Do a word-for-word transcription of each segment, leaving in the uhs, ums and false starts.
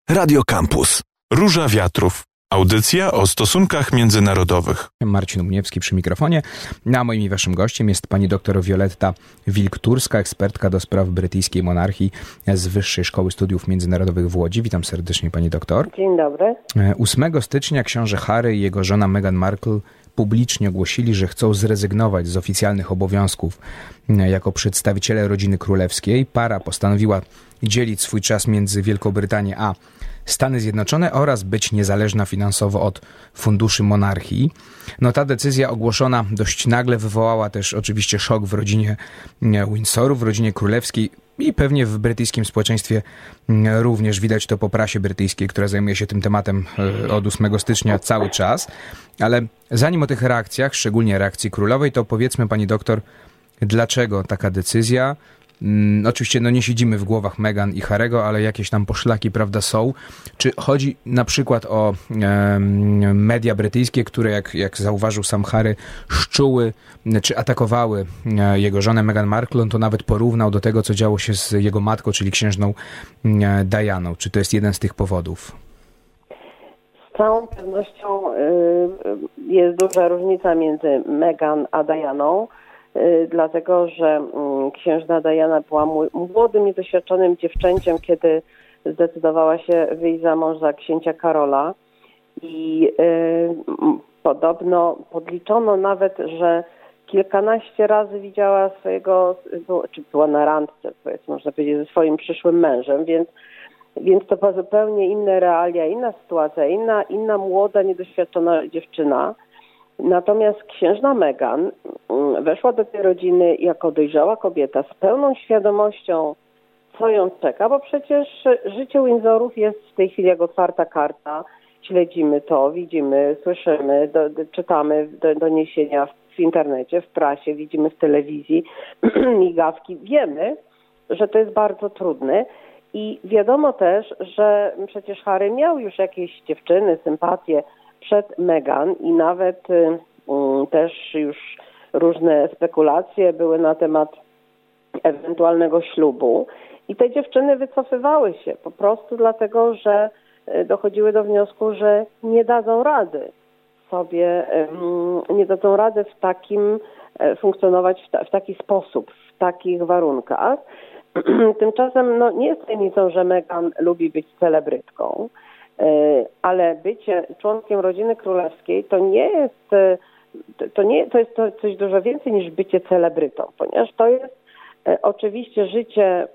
Radio Campus. Róża Wiatrów. Audycja o stosunkach międzynarodowych. Marcin Umniewski przy mikrofonie. A moim i waszym gościem jest pani doktor Wioletta Wilk-Turska, ekspertka do spraw brytyjskiej monarchii z Wyższej Szkoły Studiów Międzynarodowych w Łodzi. Witam serdecznie, pani doktor. Dzień dobry. ósmego stycznia książę Harry i jego żona Meghan Markle publicznie ogłosili, że chcą zrezygnować z oficjalnych obowiązków jako przedstawiciele rodziny królewskiej. Para postanowiła dzielić swój czas między Wielką Brytanię a Stany Zjednoczone oraz być niezależna finansowo od funduszy monarchii. No ta decyzja ogłoszona dość nagle wywołała też oczywiście szok w rodzinie Windsorów, w rodzinie królewskiej i pewnie w brytyjskim społeczeństwie również. Widać to po prasie brytyjskiej, która zajmuje się tym tematem od ósmego stycznia cały czas. Ale zanim o tych reakcjach, szczególnie reakcji królowej, to powiedzmy pani doktor, dlaczego taka decyzja? Hmm, oczywiście no nie siedzimy w głowach Meghan i Harry'ego, ale jakieś tam poszlaki, prawda, są. Czy chodzi na przykład o e, media brytyjskie, które, jak, jak zauważył sam Harry, szczuły czy atakowały e, jego żonę Meghan Markle, on to nawet porównał do tego, co działo się z jego matką, czyli księżną e, Dianą. Czy to jest jeden z tych powodów? Z całą pewnością y, jest duża różnica między Meghan a Dianą. Dlatego, że księżna Diana była młodym, niedoświadczonym dziewczęciem, kiedy zdecydowała się wyjść za mąż za księcia Karola i y, podobno podliczono nawet, że kilkanaście razy widziała swojego, czy była na randce, powiedzmy, można powiedzieć, ze swoim przyszłym mężem, więc, więc to była zupełnie inne realia, inna sytuacja, inna, inna młoda, niedoświadczona dziewczyna. Natomiast księżna Meghan weszła do tej rodziny jako dojrzała kobieta z pełną świadomością, co ją czeka, bo przecież życie Windsorów jest w tej chwili jak otwarta karta. Śledzimy to, widzimy, słyszymy, do, do, czytamy do, doniesienia w, w internecie, w prasie, widzimy w telewizji migawki. Wiemy, że to jest bardzo trudne i wiadomo też, że przecież Harry miał już jakieś dziewczyny, sympatie przed Meghan i nawet y, y, też już różne spekulacje były na temat ewentualnego ślubu i te dziewczyny wycofywały się po prostu dlatego, że y, dochodziły do wniosku, że nie dadzą rady sobie, y, nie dadzą rady w takim y, funkcjonować w, ta, w taki sposób, w takich warunkach. Tymczasem no, nie jest tajemnicą, że Meghan lubi być celebrytką. Ale bycie członkiem rodziny królewskiej to nie jest, to nie, to jest to coś dużo więcej niż bycie celebrytą, ponieważ to jest oczywiście życie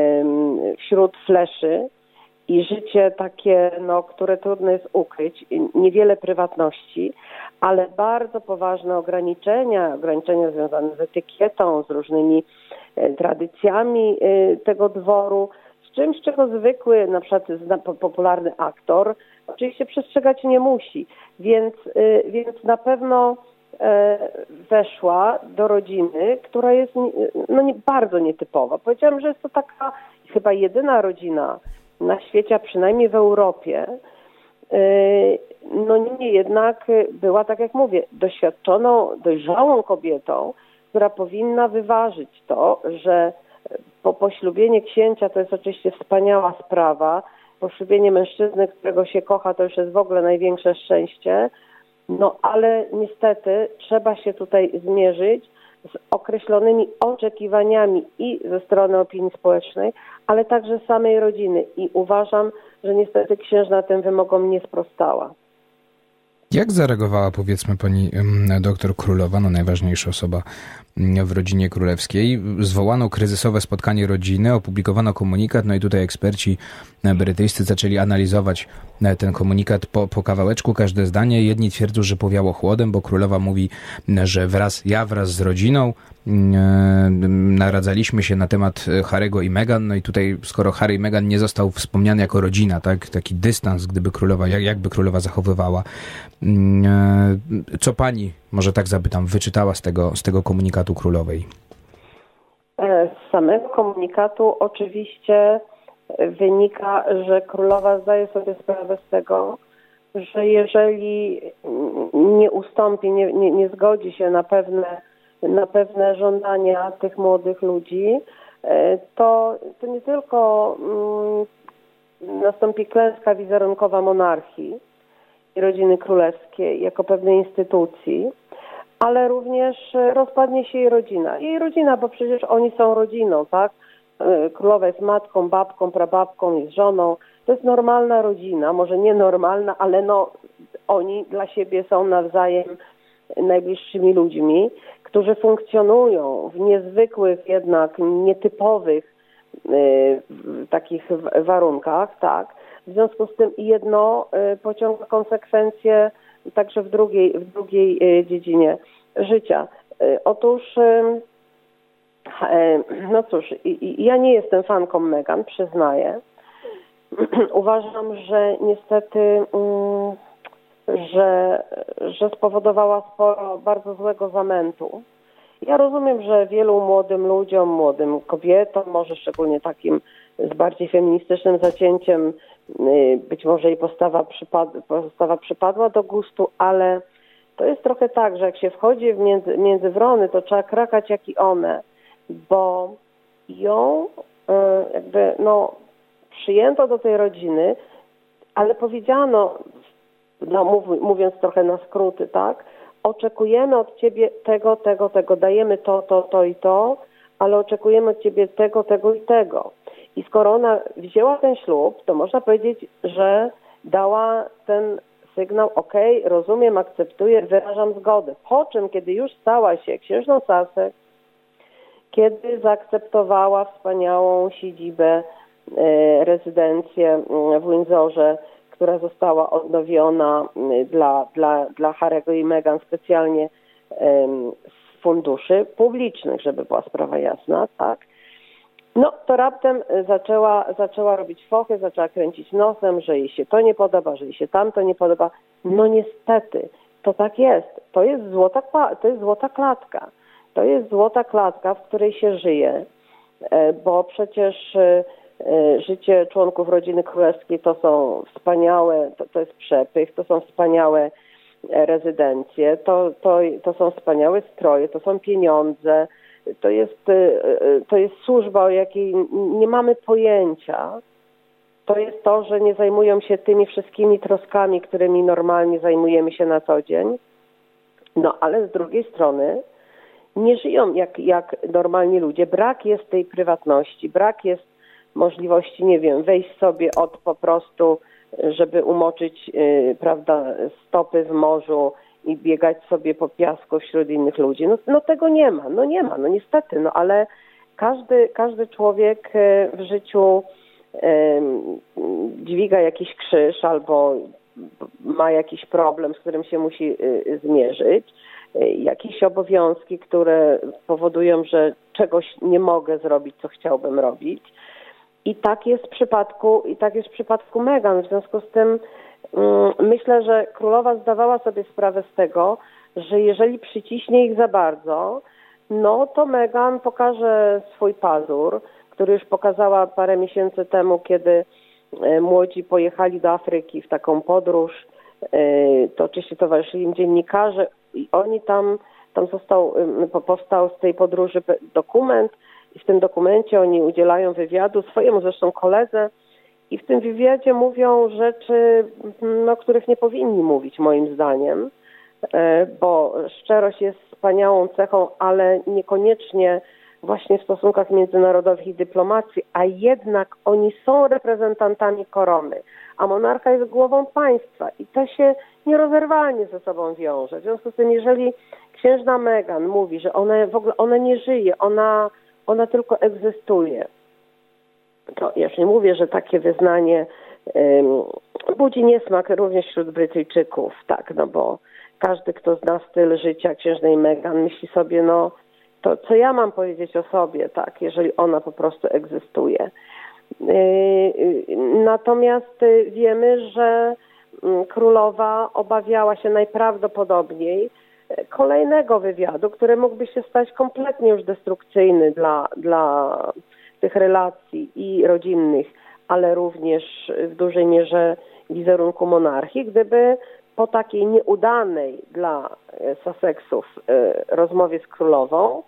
wśród fleszy i życie takie, no, które trudno jest ukryć, niewiele prywatności, ale bardzo poważne ograniczenia, ograniczenia związane z etykietą, z różnymi tradycjami tego dworu, czymś, czego zwykły, na przykład popularny aktor, oczywiście przestrzegać nie musi. Więc, więc na pewno weszła do rodziny, która jest no, nie, bardzo nietypowa. Powiedziałam, że jest to taka chyba jedyna rodzina na świecie, a przynajmniej w Europie. No niemniej jednak była, tak jak mówię, doświadczoną, dojrzałą kobietą, która powinna wyważyć to, że Po poślubienie księcia to jest oczywiście wspaniała sprawa. Poślubienie mężczyzny, którego się kocha, to już jest w ogóle największe szczęście. No ale niestety trzeba się tutaj zmierzyć z określonymi oczekiwaniami i ze strony opinii społecznej, ale także samej rodziny. I uważam, że niestety księżna tym wymogom nie sprostała. Jak zareagowała, powiedzmy, pani doktor Królowa, no najważniejsza osoba w rodzinie królewskiej? Zwołano kryzysowe spotkanie rodziny, opublikowano komunikat, no i tutaj eksperci brytyjscy zaczęli analizować ten komunikat po, po kawałeczku, każde zdanie. Jedni twierdzą, że powiało chłodem, bo królowa mówi, że wraz, ja wraz z rodziną naradzaliśmy się na temat Harry'ego i Meghan, no i tutaj skoro Harry i Meghan nie został wspomniany jako rodzina, tak, taki dystans, gdyby królowa, jak, jakby królowa zachowywała. Co pani, może tak zapytam, wyczytała z tego, z tego komunikatu królowej? Z samego komunikatu oczywiście wynika, że królowa zdaje sobie sprawę z tego, że jeżeli nie ustąpi, nie, nie, nie zgodzi się na pewne, na pewne żądania tych młodych ludzi, to, to nie tylko nastąpi klęska wizerunkowa monarchii i rodziny królewskiej jako pewnej instytucji, ale również rozpadnie się jej rodzina. Jej rodzina, bo przecież oni są rodziną, tak? Królowa jest matką, babką, prababką, jest żoną. To jest normalna rodzina, może nie normalna, ale no oni dla siebie są nawzajem najbliższymi ludźmi, którzy funkcjonują w niezwykłych, jednak nietypowych y, takich warunkach, tak. W związku z tym jedno y, pociąga konsekwencje także w drugiej, w drugiej y, dziedzinie życia. Y, otóż, y, y, no cóż, y, y, ja nie jestem fanką Meghan, przyznaję. Uważam, że niestety, y, że, że spowodowała sporo bardzo złego zamętu. Ja rozumiem, że wielu młodym ludziom, młodym kobietom, może szczególnie takim z bardziej feministycznym zacięciem, być może jej postawa, przypad, postawa przypadła do gustu, ale to jest trochę tak, że jak się wchodzi w między, między wrony, to trzeba krakać jak i one, bo ją jakby no, przyjęto do tej rodziny, ale powiedziano, no, mówiąc trochę na skróty, tak, oczekujemy od ciebie tego, tego, tego, dajemy to, to, to i to, ale oczekujemy od ciebie tego, tego i tego. I skoro ona wzięła ten ślub, to można powiedzieć, że dała ten sygnał, okej, okay, rozumiem, akceptuję, wyrażam zgodę. Po czym, kiedy już stała się księżną Sussex, kiedy zaakceptowała wspaniałą siedzibę, e, rezydencję w Windsorze, która została odnowiona dla, dla, dla Harry'ego i Meghan specjalnie um, z funduszy publicznych, żeby była sprawa jasna, tak? No to raptem zaczęła, zaczęła robić fochy, zaczęła kręcić nosem, że jej się to nie podoba, że jej się tamto nie podoba. No niestety, to tak jest. To jest złota, to jest złota klatka. To jest złota klatka, w której się żyje, bo przecież życie członków rodziny królewskiej to są wspaniałe, to, to jest przepych, to są wspaniałe rezydencje, to, to, to są wspaniałe stroje, to są pieniądze, to jest, to jest służba, o jakiej nie mamy pojęcia. To jest to, że nie zajmują się tymi wszystkimi troskami, którymi normalnie zajmujemy się na co dzień. No ale z drugiej strony nie żyją jak, jak normalni ludzie. Brak jest tej prywatności, brak jest możliwości, nie wiem, wejść sobie od po prostu, żeby umoczyć, yy, prawda, stopy w morzu i biegać sobie po piasku wśród innych ludzi. No, no tego nie ma, no nie ma, no niestety, no ale każdy, każdy człowiek w życiu yy, dźwiga jakiś krzyż albo ma jakiś problem, z którym się musi yy, zmierzyć, yy, jakieś obowiązki, które powodują, że czegoś nie mogę zrobić, co chciałbym robić. I tak jest w przypadku, i tak jest w przypadku Meghan. W związku z tym um, myślę, że królowa zdawała sobie sprawę z tego, że jeżeli przyciśnie ich za bardzo, no to Meghan pokaże swój pazur, który już pokazała parę miesięcy temu, kiedy e, młodzi pojechali do Afryki w taką podróż. E, to oczywiście towarzyszyli im dziennikarze i oni tam, tam został, e, powstał z tej podróży dokument, i w tym dokumencie oni udzielają wywiadu swojemu zresztą koledze i w tym wywiadzie mówią rzeczy, no, których nie powinni mówić moim zdaniem, bo szczerość jest wspaniałą cechą, ale niekoniecznie właśnie w stosunkach międzynarodowych i dyplomacji, a jednak oni są reprezentantami korony, a monarcha jest głową państwa i to się nierozerwalnie ze sobą wiąże. W związku z tym, jeżeli księżna Meghan mówi, że ona w ogóle ona nie żyje, ona Ona tylko egzystuje. To ja już nie mówię, że takie wyznanie um, budzi niesmak również wśród Brytyjczyków, tak, no bo każdy, kto zna styl życia księżnej Meghan, myśli sobie, no to co ja mam powiedzieć o sobie, tak, jeżeli ona po prostu egzystuje. Yy, natomiast wiemy, że królowa obawiała się najprawdopodobniej kolejnego wywiadu, który mógłby się stać kompletnie już destrukcyjny dla, dla tych relacji i rodzinnych, ale również w dużej mierze wizerunku monarchii, gdyby po takiej nieudanej dla Sussexów rozmowie z królową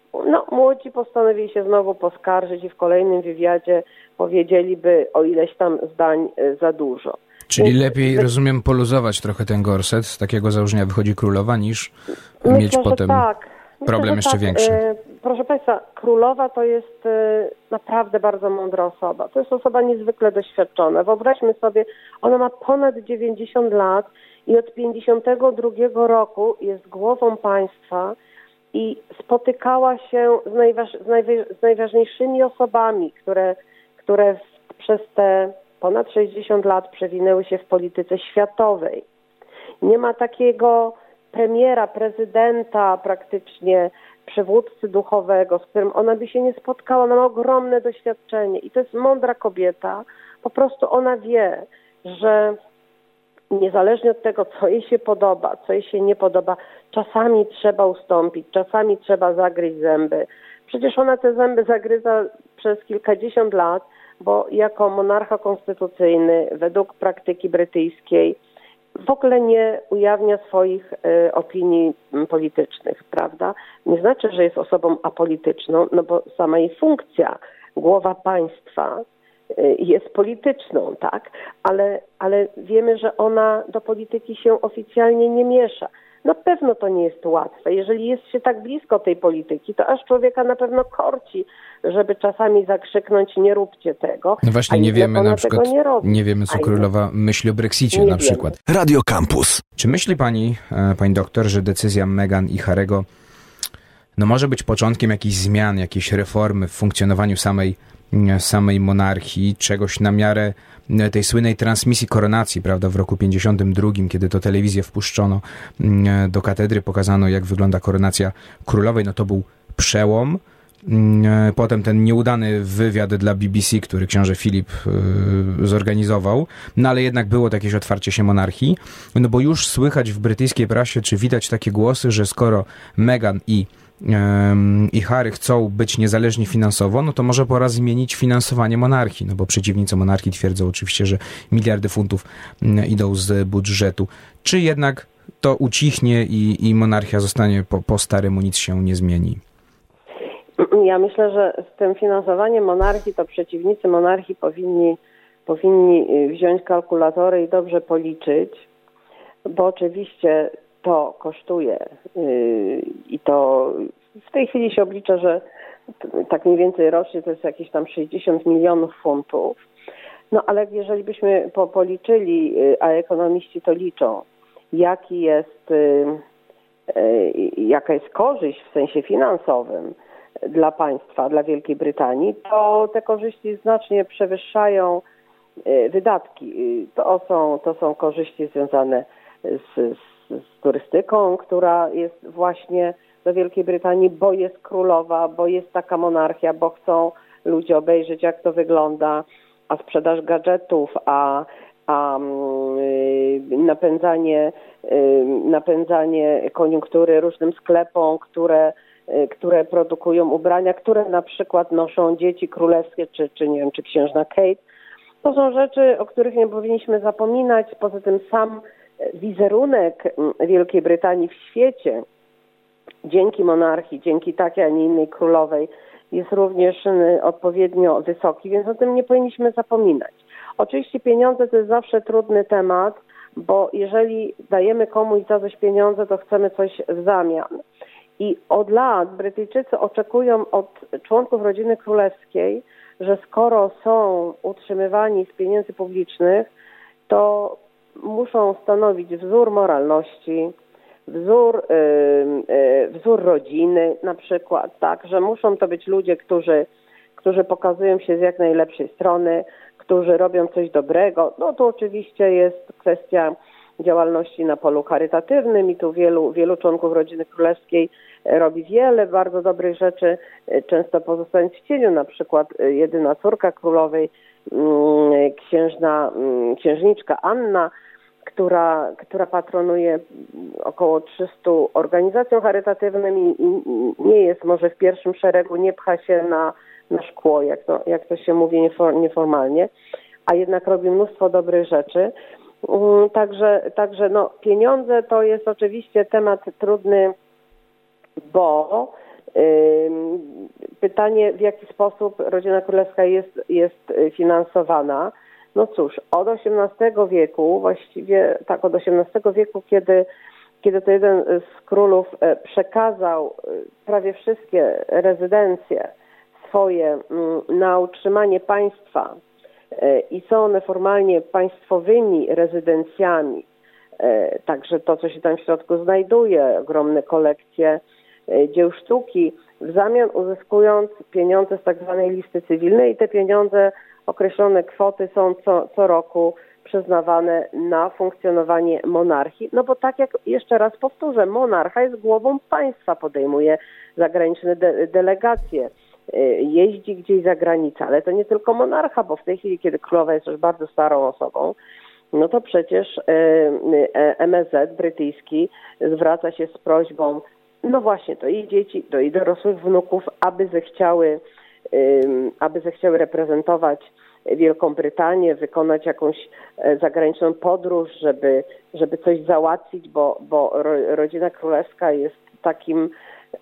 no, młodzi postanowili się znowu poskarżyć i w kolejnym wywiadzie powiedzieliby o ileś tam zdań za dużo. Czyli Więc, lepiej, by... rozumiem, poluzować trochę ten gorset, z takiego założenia wychodzi królowa, niż Myślę, mieć potem tak. problem Myślę, jeszcze tak. większy. Proszę Państwa, królowa to jest naprawdę bardzo mądra osoba. To jest osoba niezwykle doświadczona. Wyobraźmy sobie, ona ma ponad dziewięćdziesiąt lat i od pięćdziesiątego drugiego roku jest głową państwa i spotykała się z, najważ, z, najwa, z najważniejszymi osobami, które, które w, przez te ponad sześćdziesiąt lat przewinęły się w polityce światowej. Nie ma takiego premiera, prezydenta praktycznie, przywódcy duchowego, z którym ona by się nie spotkała. Ona ma ogromne doświadczenie i to jest mądra kobieta. Po prostu ona wie, że niezależnie od tego, co jej się podoba, co jej się nie podoba, czasami trzeba ustąpić, czasami trzeba zagryźć zęby. Przecież ona te zęby zagryza przez kilkadziesiąt lat, bo jako monarcha konstytucyjny, według praktyki brytyjskiej, w ogóle nie ujawnia swoich y, opinii politycznych, prawda? Nie znaczy, że jest osobą apolityczną, no bo sama jej funkcja, głowa państwa, y, jest polityczną, tak? Ale, ale wiemy, że ona do polityki się oficjalnie nie miesza. Na pewno to nie jest łatwe. Jeżeli jest się tak blisko tej polityki, to aż człowieka na pewno korci, żeby czasami zakrzyknąć, nie róbcie tego. No właśnie, nie wiemy na przykład, nie, nie wiemy, co królowa myśli o Brexicie na przykład. Radio Campus. Czy myśli pani, pani doktor, że decyzja Meghan i Harry'ego no może być początkiem jakichś zmian, jakiejś reformy w funkcjonowaniu samej, samej monarchii, czegoś na miarę tej słynnej transmisji koronacji, prawda, w roku pięćdziesiątym drugim, kiedy to telewizję wpuszczono do katedry, pokazano, jak wygląda koronacja królowej, no to był przełom. Potem ten nieudany wywiad dla B B C, który książę Filip yy, zorganizował, no ale jednak było to jakieś otwarcie się monarchii, no bo już słychać w brytyjskiej prasie, czy widać takie głosy, że skoro Meghan i i Harry chcą być niezależni finansowo, no to może pora zmienić finansowanie monarchii, no bo przeciwnicy monarchii twierdzą oczywiście, że miliardy funtów idą z budżetu. Czy jednak to ucichnie i, i monarchia zostanie po, po staremu, nic się nie zmieni? Ja myślę, że z tym finansowaniem monarchii to przeciwnicy monarchii powinni, powinni wziąć kalkulatory i dobrze policzyć, bo oczywiście to kosztuje yy, i to w tej chwili się oblicza, że tak mniej więcej rocznie to jest jakieś tam sześćdziesiąt milionów funtów. No ale jeżeli byśmy po, policzyli, yy, a ekonomiści to liczą, jaki jest, yy, yy, jaka jest korzyść w sensie finansowym dla państwa, dla Wielkiej Brytanii, to te korzyści znacznie przewyższają yy, wydatki. Yy, to są, to są korzyści związane z, z z turystyką, która jest właśnie do Wielkiej Brytanii, bo jest królowa, bo jest taka monarchia, bo chcą ludzie obejrzeć, jak to wygląda, a sprzedaż gadżetów, a, a yy, napędzanie, yy, napędzanie koniunktury różnym sklepom, które, yy, które produkują ubrania, które na przykład noszą dzieci królewskie, czy, czy nie wiem, czy księżna Kate. To są rzeczy, o których nie powinniśmy zapominać. Poza tym sam wizerunek Wielkiej Brytanii w świecie dzięki monarchii, dzięki takiej, a nie innej królowej jest również odpowiednio wysoki, więc o tym nie powinniśmy zapominać. Oczywiście pieniądze to jest zawsze trudny temat, bo jeżeli dajemy komuś za coś pieniądze, to chcemy coś w zamian. I od lat Brytyjczycy oczekują od członków rodziny królewskiej, że skoro są utrzymywani z pieniędzy publicznych, to muszą stanowić wzór moralności, wzór, yy, yy, wzór rodziny na przykład, tak, że muszą to być ludzie, którzy, którzy pokazują się z jak najlepszej strony, którzy robią coś dobrego. No to oczywiście jest kwestia działalności na polu charytatywnym i tu wielu, wielu członków rodziny królewskiej robi wiele bardzo dobrych rzeczy, często pozostając w cieniu, na przykład jedyna córka królowej, księżna, księżniczka Anna, która, która patronuje około trzystu organizacjom charytatywnym i, i nie jest może w pierwszym szeregu, nie pcha się na, na szkło, jak to, jak to się mówi nieformalnie, a jednak robi mnóstwo dobrych rzeczy. Także, także no, pieniądze to jest oczywiście temat trudny, bo Pytanie, w jaki sposób rodzina królewska jest, jest finansowana. No cóż, od osiemnastego wieku, właściwie tak od osiemnastego wieku, kiedy, kiedy to jeden z królów przekazał prawie wszystkie rezydencje swoje na utrzymanie państwa i są one formalnie państwowymi rezydencjami, także to, co się tam w środku znajduje, ogromne kolekcje dzieł sztuki, w zamian uzyskując pieniądze z tak zwanej listy cywilnej i te pieniądze, określone kwoty są co, co roku przyznawane na funkcjonowanie monarchii, no bo tak jak jeszcze raz powtórzę, monarcha jest głową państwa, podejmuje zagraniczne de- delegacje, jeździ gdzieś za granicę, ale to nie tylko monarcha, bo w tej chwili, kiedy królowa jest już bardzo starą osobą, no to przecież M S Z brytyjski zwraca się z prośbą, no właśnie, do jej dzieci, do jej dorosłych wnuków, aby zechciały, aby zechciały reprezentować Wielką Brytanię, wykonać jakąś zagraniczną podróż, żeby, żeby coś załatwić, bo, bo rodzina królewska jest takim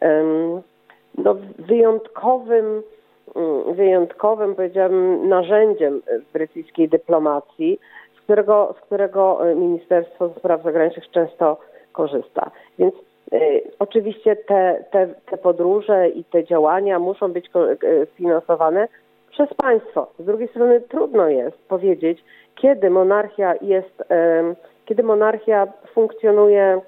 no, wyjątkowym, wyjątkowym, powiedziałabym, narzędziem brytyjskiej dyplomacji, z którego, z którego Ministerstwo Spraw Zagranicznych często korzysta. Więc y, oczywiście te, te, te podróże i te działania muszą być finansowane przez państwo. Z drugiej strony trudno jest powiedzieć, kiedy monarchia jest, y, kiedy monarchia funkcjonuje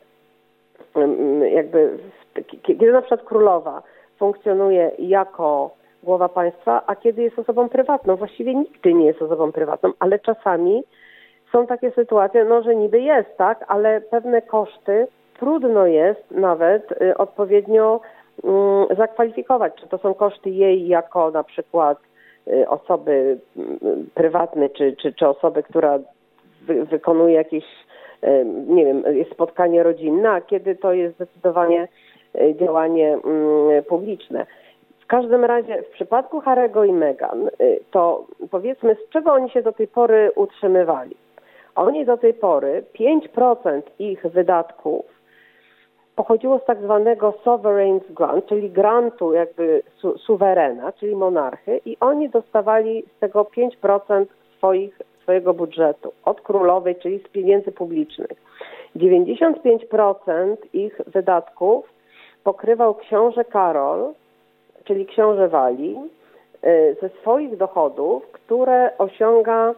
y, jakby, kiedy na przykład królowa funkcjonuje jako głowa państwa, a kiedy jest osobą prywatną. Właściwie nigdy nie jest osobą prywatną, ale czasami są takie sytuacje, no, że niby jest, tak, ale pewne koszty trudno jest nawet y, odpowiednio y, zakwalifikować. Czy to są koszty jej jako na przykład y, osoby y, prywatnej, czy, czy, czy osoby, która wy, wykonuje jakieś, y, nie wiem, jest spotkanie rodzinne, a kiedy to jest zdecydowanie y, działanie y, publiczne. W każdym razie w przypadku Harry'ego i Meghan y, to powiedzmy, z czego oni się do tej pory utrzymywali. Oni do tej pory pięć procent ich wydatków pochodziło z tak zwanego sovereign's grant, czyli grantu jakby su- suwerena, czyli monarchy, i oni dostawali z tego pięć procent swoich, swojego budżetu od królowej, czyli z pieniędzy publicznych. dziewięćdziesiąt pięć procent ich wydatków pokrywał książę Karol, czyli książę Walii, ze swoich dochodów, które osiąga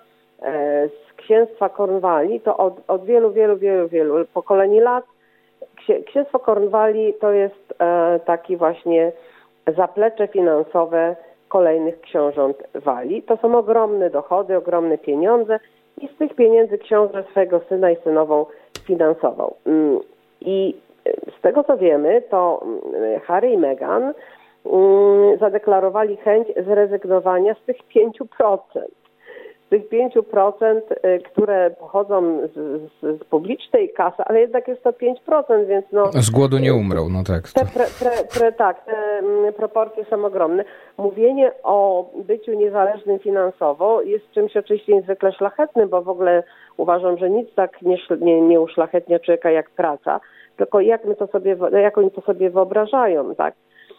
z księstwa Cornwalli, to od, od wielu, wielu, wielu, wielu pokoleni lat. Księstwo Cornwalli to jest e, taki właśnie zaplecze finansowe kolejnych książąt Walii. To są ogromne dochody, ogromne pieniądze i z tych pieniędzy książę swojego syna i synową finansował. I z tego co wiemy, to Harry i Meghan zadeklarowali chęć zrezygnowania z tych pięciu procent. Z tych pięciu procent, które pochodzą z, z, z publicznej kasy, ale jednak jest to pięć procent, więc no... Z głodu nie umrą, no tak. Te, pre, pre, pre, tak, te proporcje są ogromne. Mówienie o byciu niezależnym finansowo jest czymś oczywiście niezwykle szlachetnym, bo w ogóle uważam, że nic tak nie, nie, nie uszlachetnia człowieka jak praca, tylko jak my to sobie, jak oni to sobie wyobrażają, tak?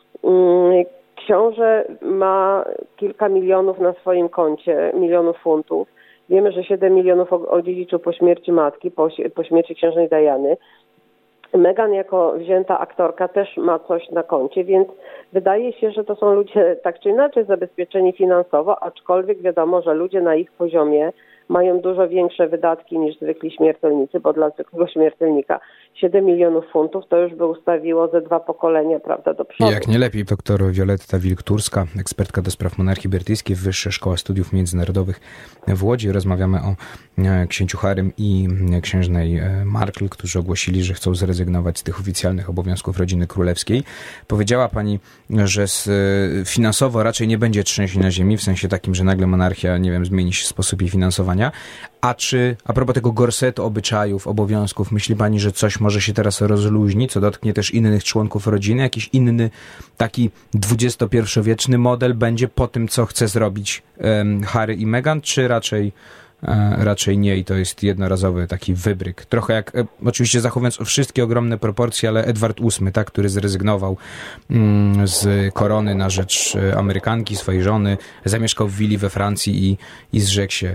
Książę ma kilka milionów na swoim koncie, milionów funtów. Wiemy, że siedem milionów odziedziczył po śmierci matki, po, po śmierci księżnej Diany. Meghan jako wzięta aktorka też ma coś na koncie, więc wydaje się, że to są ludzie tak czy inaczej zabezpieczeni finansowo, aczkolwiek wiadomo, że ludzie na ich poziomie mają dużo większe wydatki niż zwykli śmiertelnicy, bo dla zwykłego śmiertelnika siedem milionów funtów to już by ustawiło ze dwa pokolenia, prawda, do przodu. I jak nie lepiej, doktor Wioletta Wilk-Turska, ekspertka do spraw monarchii brytyjskiej, Wyższa Szkoła Studiów Międzynarodowych w Łodzi. Rozmawiamy o księciu Harrym i księżnej Markle, którzy ogłosili, że chcą zrezygnować z tych oficjalnych obowiązków rodziny królewskiej. Powiedziała pani, że z, finansowo raczej nie będzie trzęsień na ziemi, w sensie takim, że nagle monarchia, nie wiem, zmieni się sposób jej finansowania. A czy, a propos tego gorsetu obyczajów, obowiązków, myśli pani, że coś może się teraz rozluźni, co dotknie też innych członków rodziny? Jakiś inny, taki dwudziestopierwowieczny model będzie po tym, co chce zrobić um, Harry i Meghan, czy raczej raczej nie i to jest jednorazowy taki wybryk. Trochę jak, oczywiście zachowując wszystkie ogromne proporcje, ale Edward ósmy, tak, który zrezygnował z korony na rzecz Amerykanki, swojej żony, zamieszkał w willi we Francji i, i zrzekł się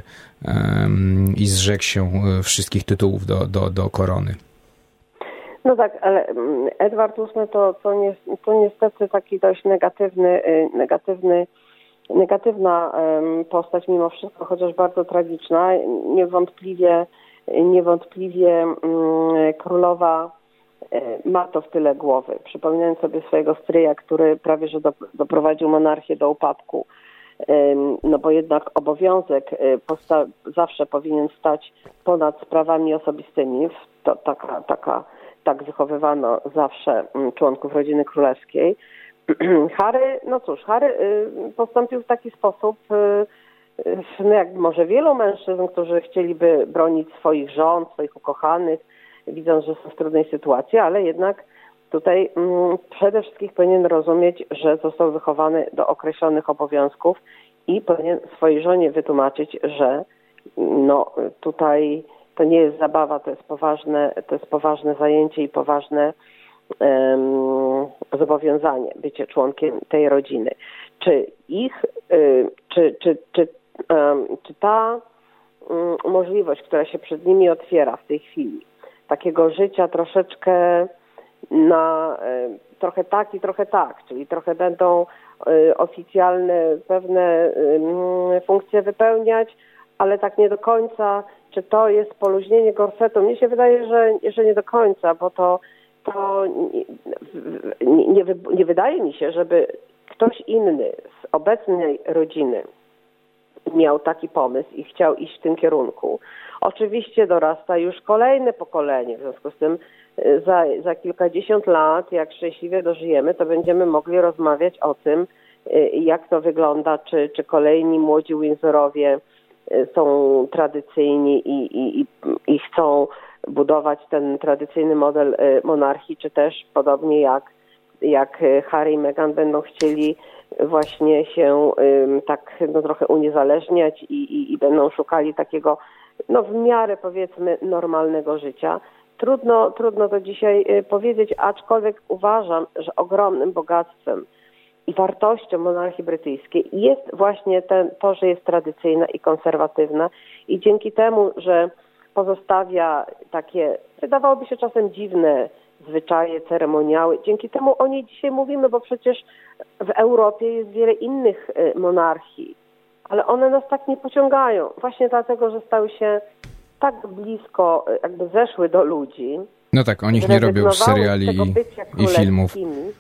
i zrzekł się wszystkich tytułów do, do, do korony. No tak, ale Edward ósmy to, to, nie, to niestety taki dość negatywny, negatywny negatywna postać mimo wszystko, chociaż bardzo tragiczna. Niewątpliwie, niewątpliwie królowa ma to w tyle głowy. Przypominając sobie swojego stryja, który prawie że doprowadził monarchię do upadku. No bo jednak obowiązek posta- zawsze powinien stać ponad sprawami osobistymi. To taka, taka, tak wychowywano zawsze członków rodziny królewskiej. Harry, no cóż, Harry postąpił w taki sposób, no jak może wielu mężczyzn, którzy chcieliby bronić swoich żon, swoich ukochanych, widząc, że są w trudnej sytuacji, ale jednak tutaj przede wszystkim powinien rozumieć, że został wychowany do określonych obowiązków i powinien swojej żonie wytłumaczyć, że no tutaj to nie jest zabawa, to jest poważne, to jest poważne zajęcie i poważne um, zobowiązanie, bycie członkiem tej rodziny. Czy ich, y, czy, czy, czy, um, czy ta um, możliwość, która się przed nimi otwiera w tej chwili, takiego życia troszeczkę na y, trochę tak i trochę tak, czyli trochę będą y, oficjalne pewne y, funkcje wypełniać, ale tak nie do końca, czy to jest poluźnienie gorsetu. Mnie się wydaje, że, że nie do końca, bo to, to nie, nie, nie wydaje mi się, żeby ktoś inny z obecnej rodziny miał taki pomysł i chciał iść w tym kierunku. Oczywiście dorasta już kolejne pokolenie, w związku z tym za, za kilkadziesiąt lat, jak szczęśliwie dożyjemy, to będziemy mogli rozmawiać o tym, jak to wygląda, czy, czy kolejni młodzi Windsorowie są tradycyjni i, i, i chcą budować ten tradycyjny model monarchii, czy też podobnie jak, jak Harry i Meghan będą chcieli właśnie się tak no, trochę uniezależniać i, i, i będą szukali takiego no, w miarę powiedzmy normalnego życia. Trudno, trudno to dzisiaj powiedzieć, aczkolwiek uważam, że ogromnym bogactwem i wartością monarchii brytyjskiej jest właśnie ten, to, że jest tradycyjna i konserwatywna i dzięki temu, że pozostawia takie, wydawałoby się czasem dziwne zwyczaje, ceremoniały, dzięki temu o niej dzisiaj mówimy, bo przecież w Europie jest wiele innych monarchii, ale one nas tak nie pociągają, właśnie dlatego, że stały się tak blisko, jakby zeszły do ludzi. No tak, o nich nie robią seriali i filmów.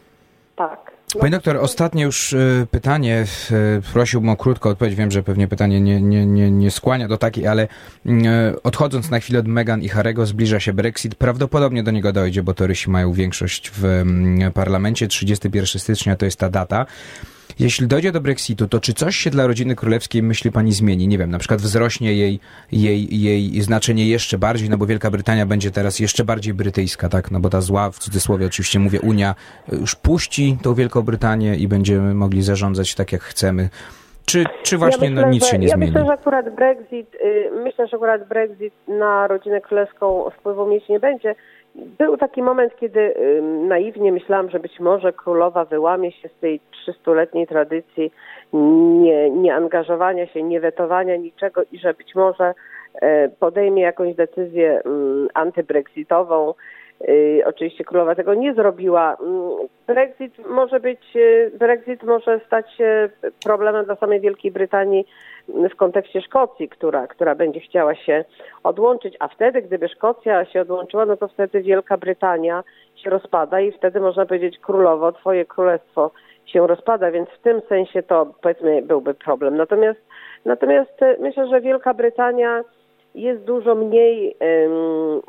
Tak. No. Pani doktor, ostatnie już pytanie. Prosiłbym o krótką odpowiedź. Wiem, że pewnie pytanie nie, nie, nie, nie skłania do takiej, ale odchodząc na chwilę od Meghan i Harry'ego, zbliża się Brexit. Prawdopodobnie do niego dojdzie, bo torysi mają większość w parlamencie. trzydziestego pierwszego stycznia to jest ta data. Jeśli dojdzie do Brexitu, to czy coś się dla rodziny królewskiej, myśli pani, zmieni? Nie wiem, na przykład wzrośnie jej, jej, jej znaczenie jeszcze bardziej, no bo Wielka Brytania będzie teraz jeszcze bardziej brytyjska, tak? No bo ta zła, w cudzysłowie oczywiście mówię, Unia już puści tą Wielką Brytanię i będziemy mogli zarządzać tak, jak chcemy. Czy, czy właśnie ja myślę, no, nic się nie ja zmieni? Ja myślę, że akurat Brexit, y, myślę, że akurat Brexit na rodzinę królewską wpływu mieć nie będzie. Był taki moment, kiedy y, naiwnie myślałam, że być może królowa wyłamie się z tej trzystuletniej tradycji nie, nie angażowania się, nie wetowania niczego i że być może y, podejmie jakąś decyzję y, antybrexitową. Y, oczywiście królowa tego nie zrobiła. Y, Brexit może być, y, Brexit może stać się problemem dla samej Wielkiej Brytanii w kontekście Szkocji, która, która będzie chciała się odłączyć, a wtedy, gdyby Szkocja się odłączyła, no to wtedy Wielka Brytania się rozpada i wtedy można powiedzieć, królowo, twoje królestwo się rozpada, więc w tym sensie to powiedzmy byłby problem. Natomiast, natomiast myślę, że Wielka Brytania jest dużo mniej um,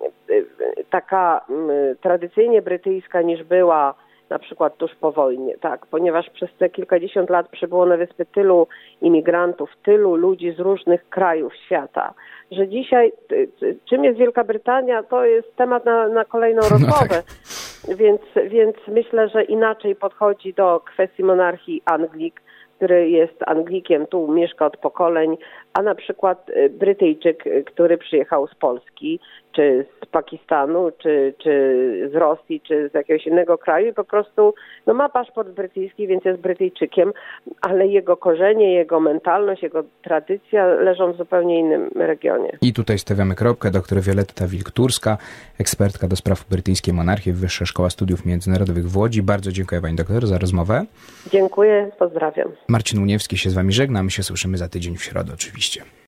taka um, tradycyjnie brytyjska niż była na przykład tuż po wojnie, tak, ponieważ przez te kilkadziesiąt lat przybyło na wyspy tylu imigrantów, tylu ludzi z różnych krajów świata, że dzisiaj czym jest Wielka Brytania, to jest temat na, na kolejną rozmowę, no tak. więc, więc myślę, że inaczej podchodzi do kwestii monarchii Anglik, który jest Anglikiem, tu mieszka od pokoleń, a na przykład Brytyjczyk, który przyjechał z Polski, czy z Pakistanu, czy, czy z Rosji, czy z jakiegoś innego kraju i po prostu no, ma paszport brytyjski, więc jest Brytyjczykiem, ale jego korzenie, jego mentalność, jego tradycja leżą w zupełnie innym regionie. I tutaj stawiamy kropkę. Doktor Wioletta Wilk-Turska, ekspertka do spraw brytyjskiej monarchii, Wyższa Szkoła Studiów Międzynarodowych w Łodzi. Bardzo dziękuję pani doktor za rozmowę. Dziękuję, pozdrawiam. Marcin Uniewski się z wami żegna. My się słyszymy za tydzień w środę oczywiście.